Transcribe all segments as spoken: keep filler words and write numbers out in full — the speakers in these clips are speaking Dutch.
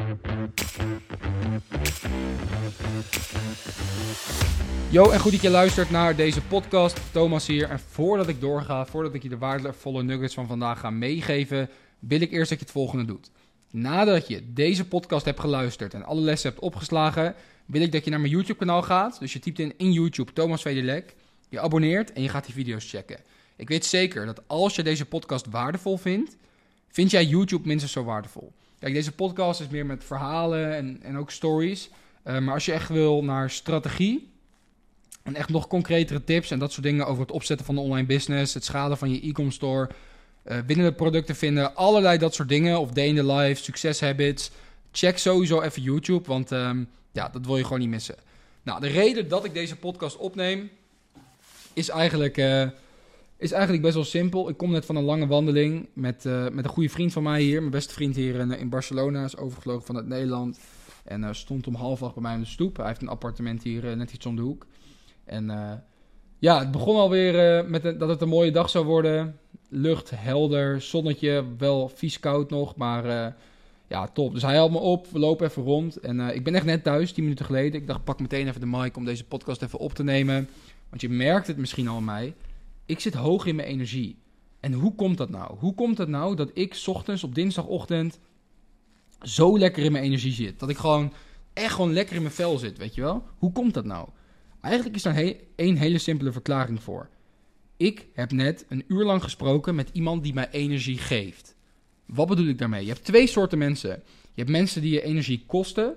Yo, en goed dat je luistert naar deze podcast. Thomas hier. En voordat ik doorga, voordat ik je de waardevolle nuggets van vandaag ga meegeven, wil ik eerst dat je het volgende doet. Nadat je deze podcast hebt geluisterd en alle lessen hebt opgeslagen, wil ik dat je naar mijn YouTube-kanaal gaat. Dus je typt in in YouTube Thomas Vedelek, je abonneert en je gaat die video's checken. Ik weet zeker dat als je deze podcast waardevol vindt, vind jij YouTube minstens zo waardevol. Kijk, deze podcast is meer met verhalen en, en ook stories. Uh, maar als je echt wil naar strategie en echt nog concretere tips en dat soort dingen over het opzetten van de online business, het schalen van je e-com store, uh, winnende producten vinden, allerlei dat soort dingen, of day in the life, success habits, check sowieso even YouTube, want um, ja, dat wil je gewoon niet missen. Nou, de reden dat ik deze podcast opneem is eigenlijk, uh, is eigenlijk best wel simpel. Ik kom net van een lange wandeling met, uh, met een goede vriend van mij hier, mijn beste vriend hier in, in Barcelona, is overgevlogen vanuit Nederland en uh, stond om half acht bij mij op de stoep. Hij heeft een appartement hier uh, net iets om de hoek. En uh, ja, het begon alweer uh, met een, dat het een mooie dag zou worden. Lucht helder, zonnetje, wel vies koud nog, maar uh, ja, top. Dus hij haalt me op, we lopen even rond. En uh, ik ben echt net thuis, tien minuten geleden. Ik dacht, pak meteen even de mic om deze podcast even op te nemen. Want je merkt het misschien al aan mij. Ik zit hoog in mijn energie. En hoe komt dat nou? Hoe komt het nou dat ik 's ochtends op dinsdagochtend zo lekker in mijn energie zit? Dat ik gewoon echt gewoon lekker in mijn vel zit, weet je wel? Hoe komt dat nou? Eigenlijk is daar he- één hele simpele verklaring voor. Ik heb net een uur lang gesproken met iemand die mij energie geeft. Wat bedoel ik daarmee? Je hebt twee soorten mensen. Je hebt mensen die je energie kosten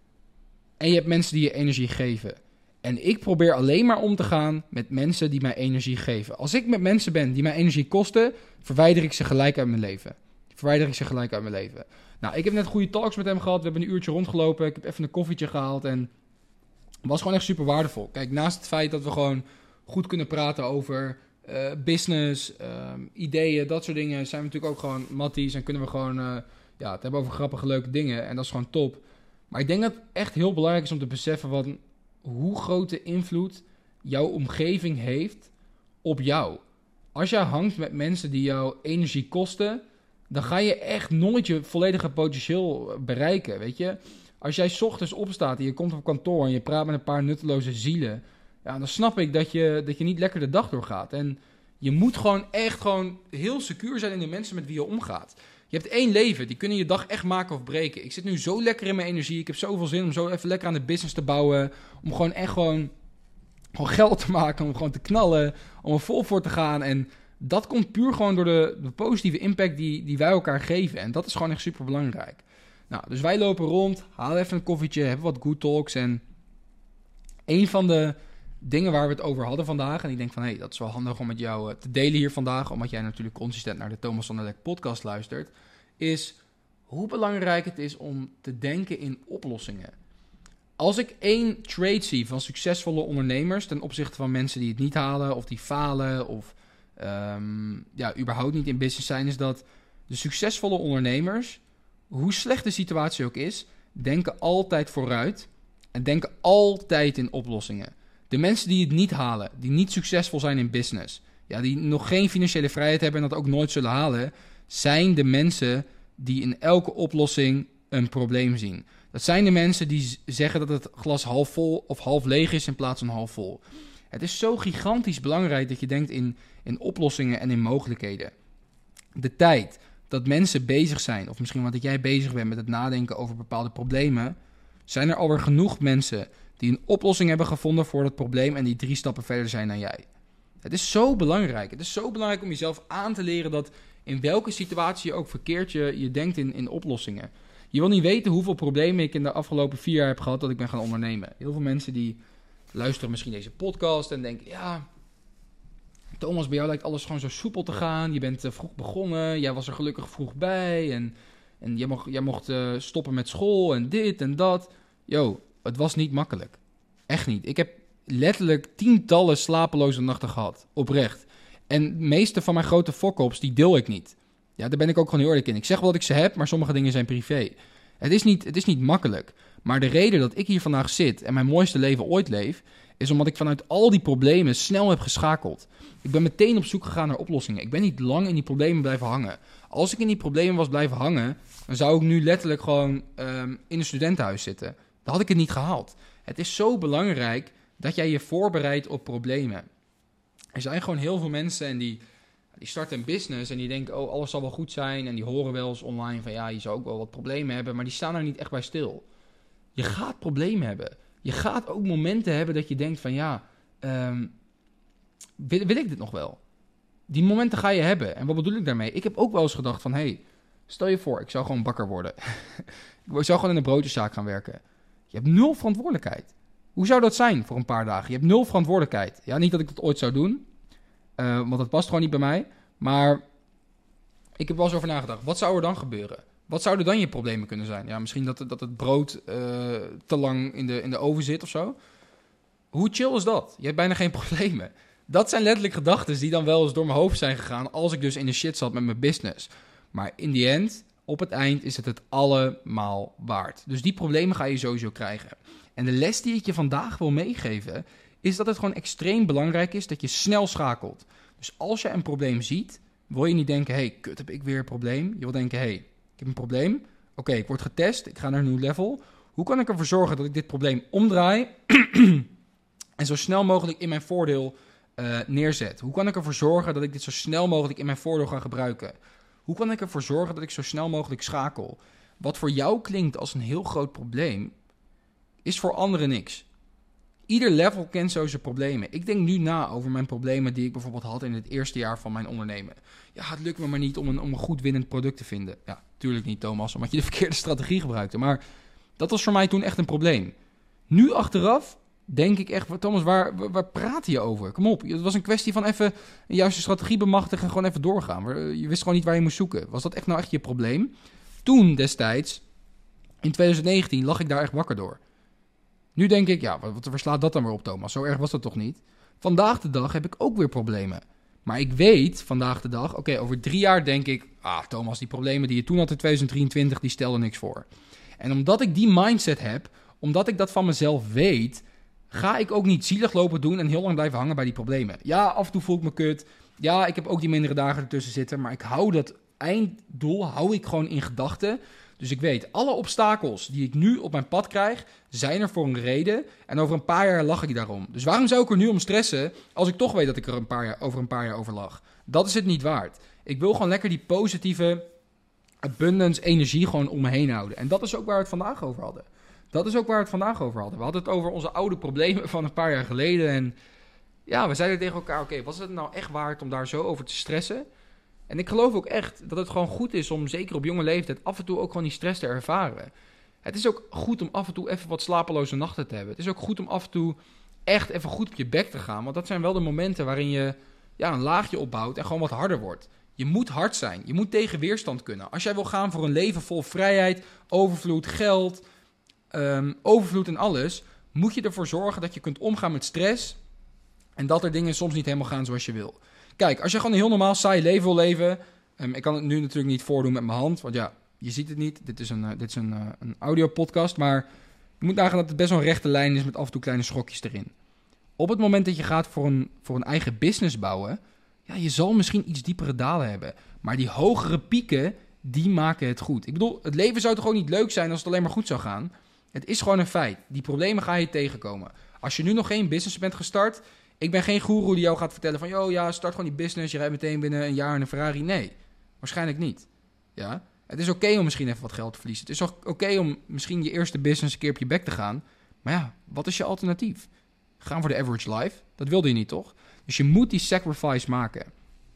en je hebt mensen die je energie geven. En ik probeer alleen maar om te gaan met mensen die mij energie geven. Als ik met mensen ben die mij energie kosten, verwijder ik ze gelijk uit mijn leven. Verwijder ik ze gelijk uit mijn leven. Nou, ik heb net goede talks met hem gehad. We hebben een uurtje rondgelopen. Ik heb even een koffietje gehaald en het was gewoon echt super waardevol. Kijk, naast het feit dat we gewoon goed kunnen praten over uh, business, uh, ideeën, dat soort dingen, zijn we natuurlijk ook gewoon matties en kunnen we gewoon uh, ja, het hebben over grappige, leuke dingen. En dat is gewoon top. Maar ik denk dat het echt heel belangrijk is om te beseffen wat, hoe grote invloed jouw omgeving heeft op jou. Als jij hangt met mensen die jou energie kosten, dan ga je echt nooit je volledige potentieel bereiken, weet je. Als jij 's ochtends opstaat en je komt op kantoor en je praat met een paar nutteloze zielen, ja, dan snap ik dat je, dat je niet lekker de dag doorgaat. En je moet gewoon echt gewoon heel secuur zijn in de mensen met wie je omgaat. Je hebt één leven, die kunnen je dag echt maken of breken. Ik zit nu zo lekker in mijn energie, ik heb zoveel zin om zo even lekker aan de business te bouwen, om gewoon echt gewoon, gewoon geld te maken, om gewoon te knallen, om er vol voor te gaan. En dat komt puur gewoon door de, de positieve impact die, die wij elkaar geven. En dat is gewoon echt super belangrijk. Nou, dus wij lopen rond, halen even een koffietje, hebben wat good talks. En een van de dingen waar we het over hadden vandaag, en ik denk van, hé, hey, dat is wel handig om met jou uh, te delen hier vandaag, omdat jij natuurlijk consistent naar de Thomas Vedelek podcast luistert, is hoe belangrijk het is om te denken in oplossingen. Als ik één trait zie van succesvolle ondernemers ten opzichte van mensen die het niet halen, of die falen, of um, ja, überhaupt niet in business zijn, is dat de succesvolle ondernemers, hoe slecht de situatie ook is, denken altijd vooruit en denken altijd in oplossingen. De mensen die het niet halen, die niet succesvol zijn in business, ja, die nog geen financiële vrijheid hebben en dat ook nooit zullen halen, zijn de mensen die in elke oplossing een probleem zien. Dat zijn de mensen die z- zeggen dat het glas half vol of half leeg is in plaats van half vol. Het is zo gigantisch belangrijk dat je denkt in, in oplossingen en in mogelijkheden. De tijd dat mensen bezig zijn, of misschien wat jij bezig bent met het nadenken over bepaalde problemen, zijn er alweer genoeg mensen die een oplossing hebben gevonden voor dat probleem en die drie stappen verder zijn dan jij. Het is zo belangrijk. Het is zo belangrijk om jezelf aan te leren dat in welke situatie je ook verkeert, je, je denkt in, in oplossingen. Je wil niet weten hoeveel problemen ik in de afgelopen vier jaar heb gehad dat ik ben gaan ondernemen. Heel veel mensen die luisteren misschien deze podcast en denken, ja, Thomas, bij jou lijkt alles gewoon zo soepel te gaan. Je bent uh, vroeg begonnen, jij was er gelukkig vroeg bij en, en jij mocht, jij mocht uh, stoppen met school en dit en dat. Yo, het was niet makkelijk. Echt niet. Ik heb letterlijk tientallen slapeloze nachten gehad. Oprecht. En de meeste van mijn grote fuck-ups, die deel ik niet. Ja, daar ben ik ook gewoon heel eerlijk in. Ik zeg wel dat ik ze heb, maar sommige dingen zijn privé. Het is niet, het is niet makkelijk. Maar de reden dat ik hier vandaag zit en mijn mooiste leven ooit leef, is omdat ik vanuit al die problemen snel heb geschakeld. Ik ben meteen op zoek gegaan naar oplossingen. Ik ben niet lang in die problemen blijven hangen. Als ik in die problemen was blijven hangen, dan zou ik nu letterlijk gewoon um, in een studentenhuis zitten. Dan had ik het niet gehaald. Het is zo belangrijk dat jij je voorbereidt op problemen. Er zijn gewoon heel veel mensen en die, die starten een business en die denken, oh, alles zal wel goed zijn. En die horen wel eens online van, ja, je zou ook wel wat problemen hebben, maar die staan er niet echt bij stil. Je gaat problemen hebben. Je gaat ook momenten hebben dat je denkt van, ja, um, wil, wil ik dit nog wel? Die momenten ga je hebben. En wat bedoel ik daarmee? Ik heb ook wel eens gedacht van, hé, hey, stel je voor, ik zou gewoon bakker worden. Ik zou gewoon in een broodjeszaak gaan werken. Je hebt nul verantwoordelijkheid. Hoe zou dat zijn voor een paar dagen? Je hebt nul verantwoordelijkheid. Ja, niet dat ik dat ooit zou doen, uh, want dat past gewoon niet bij mij. Maar ik heb wel eens over nagedacht. Wat zou er dan gebeuren? Wat zouden dan je problemen kunnen zijn? Ja, misschien dat, dat het brood uh, te lang in de, in de oven zit of zo. Hoe chill is dat? Je hebt bijna geen problemen. Dat zijn letterlijk gedachten die dan wel eens door mijn hoofd zijn gegaan als ik dus in de shit zat met mijn business. Maar in die end, op het eind, is het het allemaal waard. Dus die problemen ga je sowieso krijgen. En de les die ik je vandaag wil meegeven, is dat het gewoon extreem belangrijk is dat je snel schakelt. Dus als je een probleem ziet, wil je niet denken, hé, hey, kut, heb ik weer een probleem? Je wil denken, hé, hey, ik heb een probleem. Oké, okay, ik word getest, ik ga naar een nieuw level. Hoe kan ik ervoor zorgen dat ik dit probleem omdraai en zo snel mogelijk in mijn voordeel uh, neerzet? Hoe kan ik ervoor zorgen dat ik dit zo snel mogelijk in mijn voordeel ga gebruiken? Hoe kan ik ervoor zorgen dat ik zo snel mogelijk schakel? Wat voor jou klinkt als een heel groot probleem, is voor anderen niks. Ieder level kent zo zijn problemen. Ik denk nu na over mijn problemen die ik bijvoorbeeld had in het eerste jaar van mijn ondernemen. Ja, het lukt me maar niet om een, om een goed winnend product te vinden. Ja, tuurlijk niet, Thomas, omdat je de verkeerde strategie gebruikte. Maar dat was voor mij toen echt een probleem. Nu achteraf denk ik echt, Thomas, waar, waar, waar praat je over? Kom op, het was een kwestie van even een juiste strategie bemachtigen en gewoon even doorgaan. Je wist gewoon niet waar je moest zoeken. Was dat echt nou echt je probleem? Toen destijds, in twintig negentien, lag ik daar echt wakker door. Nu denk ik, ja, wat verslaat dat dan weer op, Thomas? Zo erg was dat toch niet? Vandaag de dag heb ik ook weer problemen. Maar ik weet vandaag de dag, oké, okay, over drie jaar denk ik, ah, Thomas, die problemen die je toen had in twintig drieëntwintig, die stelden niks voor. En omdat ik die mindset heb, omdat ik dat van mezelf weet, ga ik ook niet zielig lopen doen en heel lang blijven hangen bij die problemen. Ja, af en toe voel ik me kut. Ja, ik heb ook die mindere dagen ertussen zitten, maar ik hou dat einddoel, hou ik gewoon in gedachten. Dus ik weet, alle obstakels die ik nu op mijn pad krijg, zijn er voor een reden. En over een paar jaar lach ik daarom. Dus waarom zou ik er nu om stressen, als ik toch weet dat ik er een paar jaar, over een paar jaar over lach? Dat is het niet waard. Ik wil gewoon lekker die positieve abundance energie gewoon om me heen houden. En dat is ook waar we het vandaag over hadden. Dat is ook waar we het vandaag over hadden. We hadden het over onze oude problemen van een paar jaar geleden. En ja, we zeiden tegen elkaar, oké, okay, was het nou echt waard om daar zo over te stressen? En ik geloof ook echt dat het gewoon goed is om, zeker op jonge leeftijd, af en toe ook gewoon die stress te ervaren. Het is ook goed om af en toe even wat slapeloze nachten te hebben. Het is ook goed om af en toe echt even goed op je bek te gaan. Want dat zijn wel de momenten waarin je ja, een laagje opbouwt en gewoon wat harder wordt. Je moet hard zijn. Je moet tegen weerstand kunnen. Als jij wil gaan voor een leven vol vrijheid, overvloed, geld, um, overvloed en alles, moet je ervoor zorgen dat je kunt omgaan met stress en dat er dingen soms niet helemaal gaan zoals je wil. Kijk, als je gewoon een heel normaal saai leven wil leven, um, ik kan het nu natuurlijk niet voordoen met mijn hand, want ja, je ziet het niet. Dit is een, uh, dit is een, uh, een audiopodcast, maar je moet nagaan dat het best wel een rechte lijn is met af en toe kleine schokjes erin. Op het moment dat je gaat voor een, voor een eigen business bouwen, ja, je zal misschien iets diepere dalen hebben. Maar die hogere pieken, die maken het goed. Ik bedoel, het leven zou toch gewoon niet leuk zijn als het alleen maar goed zou gaan? Het is gewoon een feit. Die problemen ga je tegenkomen. Als je nu nog geen business bent gestart, ik ben geen goeroe die jou gaat vertellen van, yo, ja, start gewoon die business, je rijdt meteen binnen een jaar in een Ferrari. Nee, waarschijnlijk niet. Ja? Het is oké okay om misschien even wat geld te verliezen. Het is oké okay om misschien je eerste business een keer op je bek te gaan. Maar ja, wat is je alternatief? Gaan voor de average life? Dat wilde je niet, toch? Dus je moet die sacrifice maken.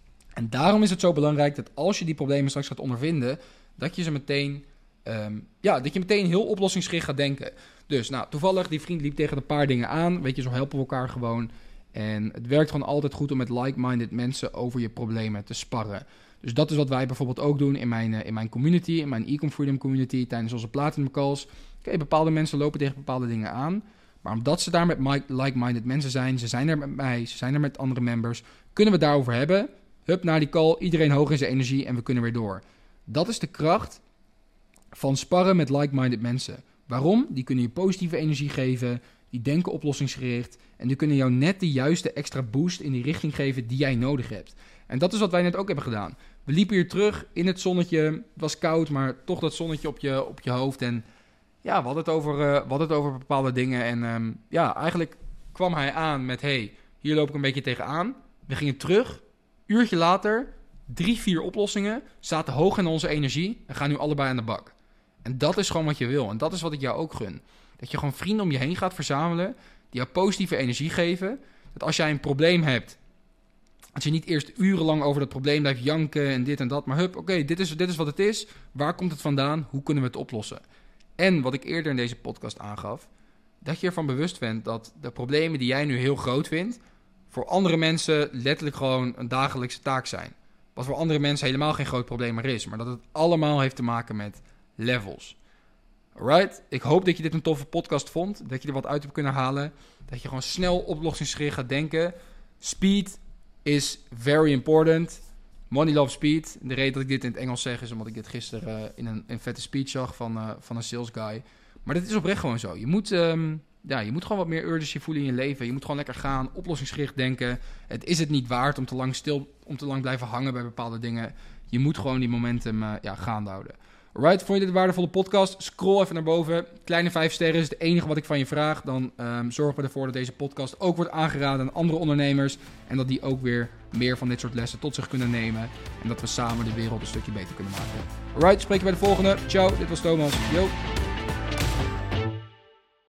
En daarom is het zo belangrijk dat als je die problemen straks gaat ondervinden, dat je ze meteen, um, ja, dat je meteen heel oplossingsgericht gaat denken. Dus, nou, toevallig, die vriend liep tegen een paar dingen aan. Weet je, zo helpen we elkaar gewoon. En het werkt gewoon altijd goed om met like-minded mensen over je problemen te sparren. Dus dat is wat wij bijvoorbeeld ook doen in mijn, uh, in mijn community, in mijn Ecom Freedom community, tijdens onze Platinum calls. Oké, okay, bepaalde mensen lopen tegen bepaalde dingen aan. Maar omdat ze daar met like-minded mensen zijn, ze zijn er met mij, ze zijn er met andere members, kunnen we het daarover hebben. Hup, naar die call, iedereen hoog in zijn energie en we kunnen weer door. Dat is de kracht van sparren met like-minded mensen. Waarom? Die kunnen je positieve energie geven, die denken oplossingsgericht en die kunnen jou net de juiste extra boost in die richting geven die jij nodig hebt. En dat is wat wij net ook hebben gedaan. We liepen hier terug in het zonnetje, het was koud, maar toch dat zonnetje op je, op je hoofd. En ja, we hadden het over, uh, we hadden het over bepaalde dingen en um, ja, eigenlijk kwam hij aan met, hey, hier loop ik een beetje tegenaan. We gingen terug, uurtje later, drie, vier oplossingen, zaten hoog in onze energie en gaan nu allebei aan de bak. En dat is gewoon wat je wil. En dat is wat ik jou ook gun. Dat je gewoon vrienden om je heen gaat verzamelen, die jou positieve energie geven. Dat als jij een probleem hebt, dat je niet eerst urenlang over dat probleem blijft janken en dit en dat. Maar hup, oké, okay, dit is, dit is wat het is. Waar komt het vandaan? Hoe kunnen we het oplossen? En wat ik eerder in deze podcast aangaf, dat je ervan bewust bent dat de problemen die jij nu heel groot vindt, voor andere mensen letterlijk gewoon een dagelijkse taak zijn. Wat voor andere mensen helemaal geen groot probleem meer is. Maar dat het allemaal heeft te maken met levels. Alright, ik hoop dat je dit een toffe podcast vond. Dat je er wat uit hebt kunnen halen. Dat je gewoon snel oplossingsgericht gaat denken. Speed is very important. Money loves speed. De reden dat ik dit in het Engels zeg is omdat ik dit gisteren uh, in een, een vette speech zag van, uh, van een sales guy. Maar dat is oprecht gewoon zo. Je moet, um, ja, je moet gewoon wat meer urgency voelen in je leven. Je moet gewoon lekker gaan, oplossingsgericht denken. Het is het niet waard om te lang stil, om te lang blijven hangen bij bepaalde dingen. Je moet gewoon die momentum uh, ja, gaande houden. Alright, vond je dit een waardevolle podcast? Scroll even naar boven. Kleine vijf sterren is het enige wat ik van je vraag. Dan um, zorgen we ervoor dat deze podcast ook wordt aangeraden aan andere ondernemers. En dat die ook weer meer van dit soort lessen tot zich kunnen nemen. En dat we samen de wereld een stukje beter kunnen maken. Alright, spreken we bij de volgende. Ciao, dit was Thomas. Yo.